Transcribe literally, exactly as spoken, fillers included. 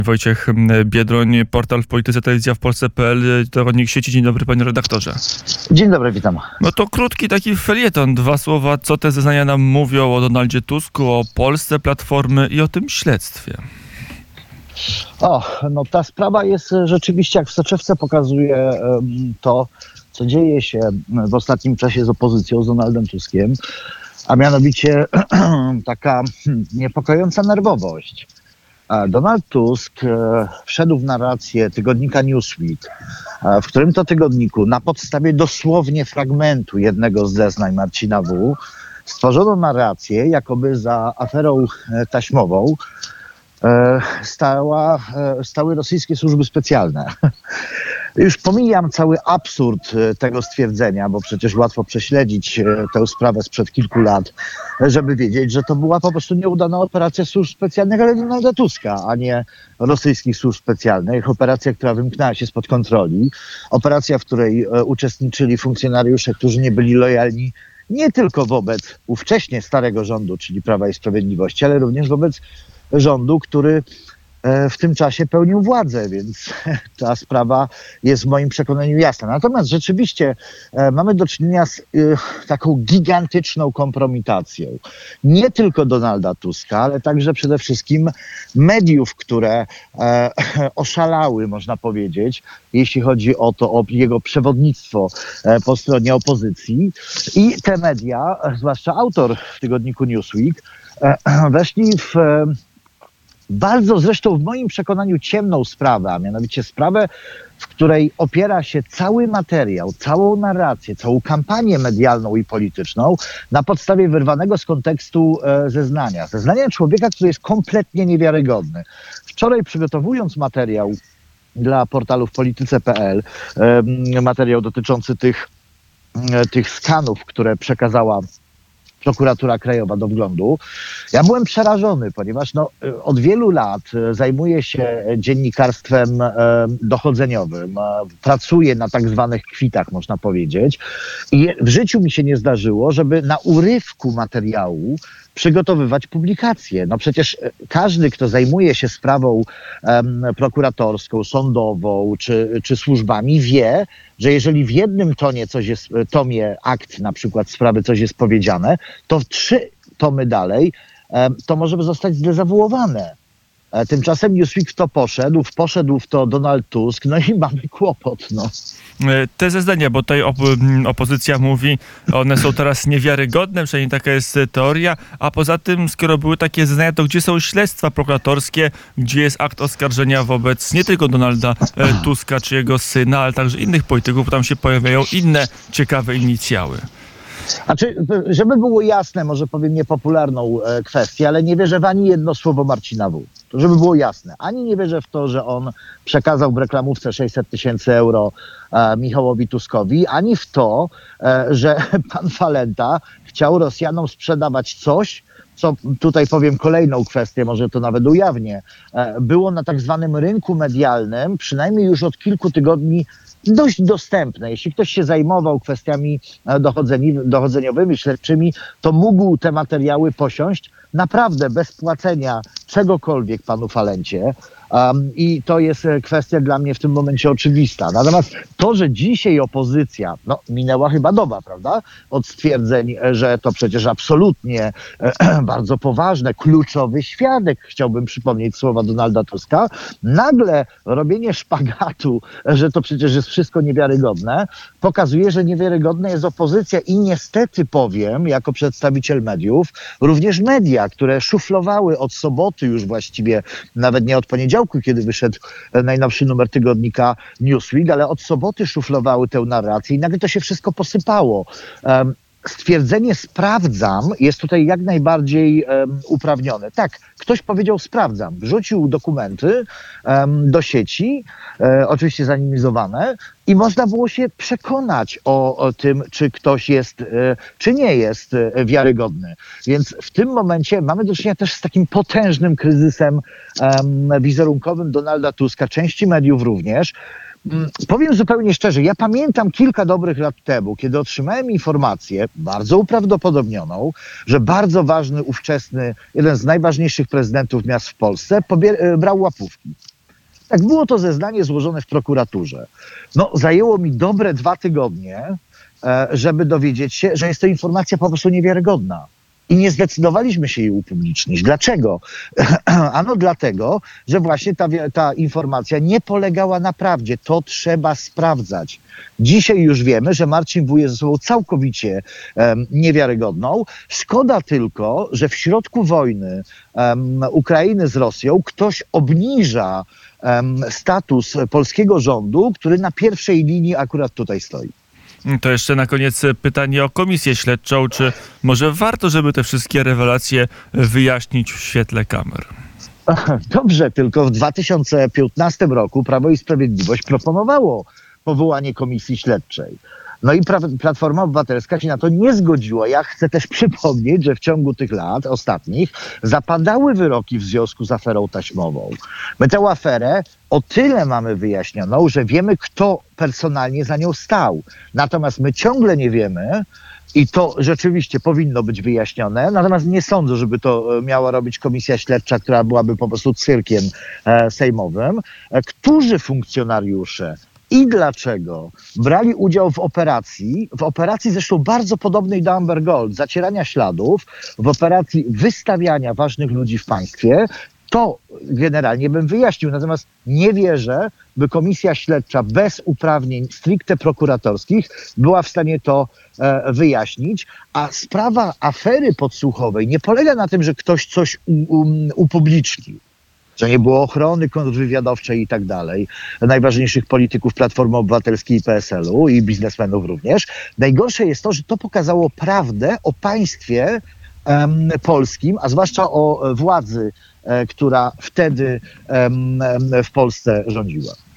Wojciech Biedroń, portal w polityce, telewizja w Polsce kropka p l, tygodnik sieci. Dzień dobry, panie redaktorze. Dzień dobry, witam. No to krótki taki felieton, dwa słowa, co te zeznania nam mówią o Donaldzie Tusku, o Polsce Platformy i o tym śledztwie. O, no ta sprawa jest rzeczywiście, jak w soczewce pokazuje to, co dzieje się w ostatnim czasie z opozycją, z Donaldem Tuskiem, a mianowicie taka niepokojąca nerwowość. Donald Tusk wszedł w narrację tygodnika Newsweek, w którym to tygodniku na podstawie dosłownie fragmentu jednego z zeznań Marcina W. stworzono narrację, jakoby za aferą taśmową stała, stały rosyjskie służby specjalne. Już pomijam cały absurd tego stwierdzenia, bo przecież łatwo prześledzić tę sprawę sprzed kilku lat, żeby wiedzieć, że to była po prostu nieudana operacja służb specjalnych, ale Donalda Tuska, a nie rosyjskich służb specjalnych. Operacja, która wymknęła się spod kontroli. Operacja, w której uczestniczyli funkcjonariusze, którzy nie byli lojalni nie tylko wobec ówcześnie starego rządu, czyli Prawa i Sprawiedliwości, ale również wobec rządu, który w tym czasie pełnił władzę, więc ta sprawa jest w moim przekonaniu jasna. Natomiast rzeczywiście mamy do czynienia z taką gigantyczną kompromitacją. Nie tylko Donalda Tuska, ale także przede wszystkim mediów, które oszalały, można powiedzieć, jeśli chodzi o to, o jego przewodnictwo po stronie opozycji. I te media, zwłaszcza autor w tygodniku Newsweek, weszli w bardzo zresztą w moim przekonaniu ciemną sprawę, a mianowicie sprawę, w której opiera się cały materiał, całą narrację, całą kampanię medialną i polityczną na podstawie wyrwanego z kontekstu e, zeznania. Zeznania człowieka, który jest kompletnie niewiarygodny. Wczoraj, przygotowując materiał dla portalu w polityce kropka p l, e, materiał dotyczący tych, e, tych skanów, które przekazała Prokuratura Krajowa do wglądu. Ja byłem przerażony, ponieważ no, od wielu lat zajmuję się dziennikarstwem dochodzeniowym. Pracuję na tak zwanych kwitach, można powiedzieć. I w życiu mi się nie zdarzyło, żeby na urywku materiału przygotowywać publikacje. No przecież każdy, kto zajmuje się sprawą um, prokuratorską, sądową czy, czy służbami, wie, że jeżeli w jednym tonie coś jest, tomie akt na przykład sprawy coś jest powiedziane, to w trzy tomy dalej um, to może zostać zdezawuowane. Tymczasem Newsweek w to poszedł, poszedł w to Donald Tusk, no i mamy kłopot, no. Te zeznania, bo tutaj op- opozycja mówi, one są teraz niewiarygodne, przynajmniej taka jest teoria, a poza tym, skoro były takie zeznania, to gdzie są śledztwa prokuratorskie, gdzie jest akt oskarżenia wobec nie tylko Donalda e, Tuska czy jego syna, ale także innych polityków, bo tam się pojawiają inne ciekawe inicjały. Znaczy, żeby było jasne, może powiem niepopularną e, kwestię, ale nie wierzę w ani jedno słowo Marcina W. To żeby było jasne. Ani nie wierzę w to, że on przekazał w reklamówce sześćset tysięcy euro e, Michałowi Tuskowi, ani w to, e, że pan Falenta chciał Rosjanom sprzedawać coś, co tutaj powiem kolejną kwestię, może to nawet ujawnię, e, było na tak zwanym rynku medialnym, przynajmniej już od kilku tygodni, dość dostępne. Jeśli ktoś się zajmował kwestiami dochodzeniowymi, śledczymi, to mógł te materiały posiąść naprawdę bez płacenia czegokolwiek panu Falencie. Um, I to jest kwestia dla mnie w tym momencie oczywista. Natomiast to, że dzisiaj opozycja, no minęła chyba doba, prawda, od stwierdzeń, że to przecież absolutnie e, bardzo poważne, kluczowy świadek, chciałbym przypomnieć słowa Donalda Tuska, nagle robienie szpagatu, że to przecież jest wszystko niewiarygodne, pokazuje, że niewiarygodna jest opozycja i niestety powiem, jako przedstawiciel mediów, również media, które szuflowały od soboty już właściwie, nawet nie od poniedziałku, kiedy wyszedł najnowszy numer tygodnika Newsweek, ale od soboty szuflowały tę narrację i nagle to się wszystko posypało. Um, Stwierdzenie sprawdzam jest tutaj jak najbardziej um, uprawnione. Tak, ktoś powiedział sprawdzam, wrzucił dokumenty um, do sieci, e, oczywiście zanimizowane, i można było się przekonać o, o tym, czy ktoś jest, e, czy nie jest e, wiarygodny. Więc w tym momencie mamy do czynienia też z takim potężnym kryzysem um, wizerunkowym Donalda Tuska, części mediów również. Powiem zupełnie szczerze, ja pamiętam kilka dobrych lat temu, kiedy otrzymałem informację, bardzo uprawdopodobnioną, że bardzo ważny, ówczesny, jeden z najważniejszych prezydentów miast w Polsce pobier- brał łapówki. Tak, było to zeznanie złożone w prokuraturze. No, zajęło mi dobre dwa tygodnie, e, żeby dowiedzieć się, że jest to informacja po prostu niewiarygodna. I nie zdecydowaliśmy się jej upublicznić. Dlaczego? Ano dlatego, że właśnie ta, wi- ta informacja nie polegała na prawdzie. To trzeba sprawdzać. Dzisiaj już wiemy, że Marcin W. jest osobą całkowicie em, niewiarygodną. Szkoda tylko, że w środku wojny em, Ukrainy z Rosją ktoś obniża em, status polskiego rządu, który na pierwszej linii akurat tutaj stoi. To jeszcze na koniec pytanie o komisję śledczą. Czy może warto, żeby te wszystkie rewelacje wyjaśnić w świetle kamer? Dobrze, tylko w dwa tysiące piętnastym roku Prawo i Sprawiedliwość proponowało powołanie komisji śledczej. No i pra- Platforma Obywatelska się na to nie zgodziła. Ja chcę też przypomnieć, że w ciągu tych lat ostatnich zapadały wyroki w związku z aferą taśmową. My tę aferę o tyle mamy wyjaśnioną, że wiemy, kto personalnie za nią stał. Natomiast my ciągle nie wiemy, i to rzeczywiście powinno być wyjaśnione, natomiast nie sądzę, żeby to e, miała robić komisja śledcza, która byłaby po prostu cyrkiem e, sejmowym. E, którzy funkcjonariusze i dlaczego brali udział w operacji, w operacji zresztą bardzo podobnej do Amber Gold, zacierania śladów, w operacji wystawiania ważnych ludzi w państwie, to generalnie bym wyjaśnił. Natomiast nie wierzę, by komisja śledcza bez uprawnień stricte prokuratorskich była w stanie to e, wyjaśnić. A sprawa afery podsłuchowej nie polega na tym, że ktoś coś u, um, upublicznił, że nie było ochrony kontrwywiadowczej i tak dalej, najważniejszych polityków Platformy Obywatelskiej i P S L u i biznesmenów również. Najgorsze jest to, że to pokazało prawdę o państwie em, polskim, a zwłaszcza o władzy, e, która wtedy em, em, w Polsce rządziła.